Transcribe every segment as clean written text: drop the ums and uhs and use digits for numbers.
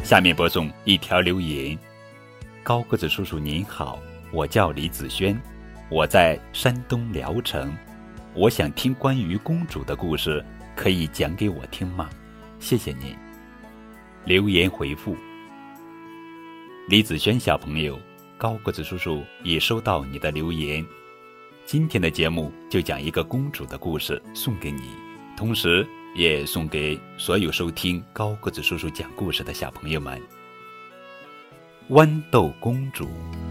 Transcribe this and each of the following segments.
下面播送一条留言。高个子叔叔您好，我叫李子轩，我在山东聊城，我想听关于公主的故事，可以讲给我听吗？谢谢您。留言回复：李子轩小朋友，高个子叔叔已收到你的留言，今天的节目就讲一个公主的故事送给你，同时也送给所有收听高个子叔叔讲故事的小朋友们。豌豆公主。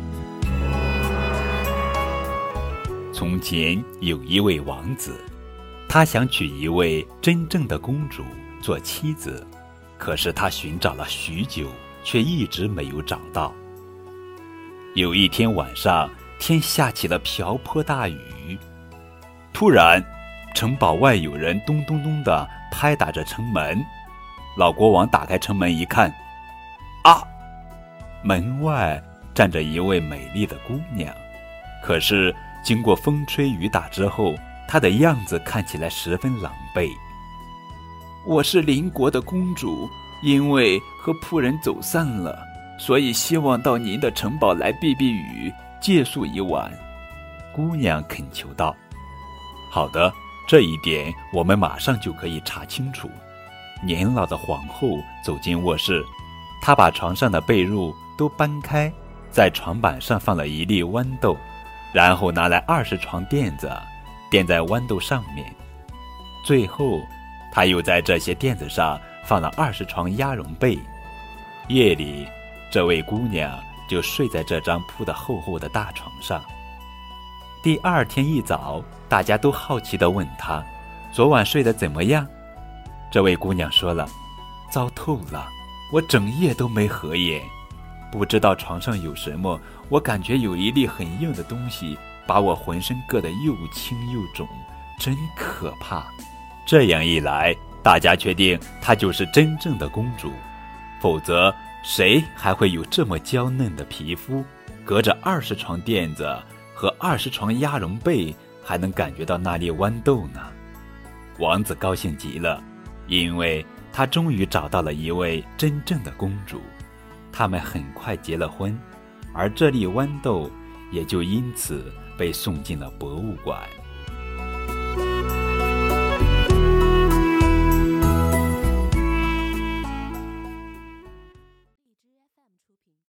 从前有一位王子，他想娶一位真正的公主做妻子，可是他寻找了许久，却一直没有找到。有一天晚上，天下起了瓢泼大雨，突然城堡外有人咚咚咚地拍打着城门。老国王打开城门一看，啊！门外站着一位美丽的姑娘，可是经过风吹雨打之后，她的样子看起来十分狼狈。 我是邻国的公主，因为和仆人走散了，所以希望到您的城堡来避避雨，借宿一晚。 姑娘恳求道。好的，这一点我们马上就可以查清楚。年老的皇后走进卧室，她把床上的被褥都搬开，在床板上放了一粒豌豆，然后拿来20床垫子垫在豌豆上面，最后她又在这些垫子上放了20床鸭绒被。夜里，这位姑娘就睡在这张铺得厚厚的大床上。第二天一早，大家都好奇地问她，昨晚睡得怎么样？这位姑娘说了，糟透了，我整夜都没合眼，不知道床上有什么，我感觉有一粒很硬的东西把我浑身硌得又青又肿，真可怕。这样一来，大家确定她就是真正的公主，否则谁还会有这么娇嫩的皮肤，隔着20床垫子和20床鸭绒被还能感觉到那粒豌豆呢？王子高兴极了，因为他终于找到了一位真正的公主。他们很快结了婚，而这粒豌豆也就因此被送进了博物馆。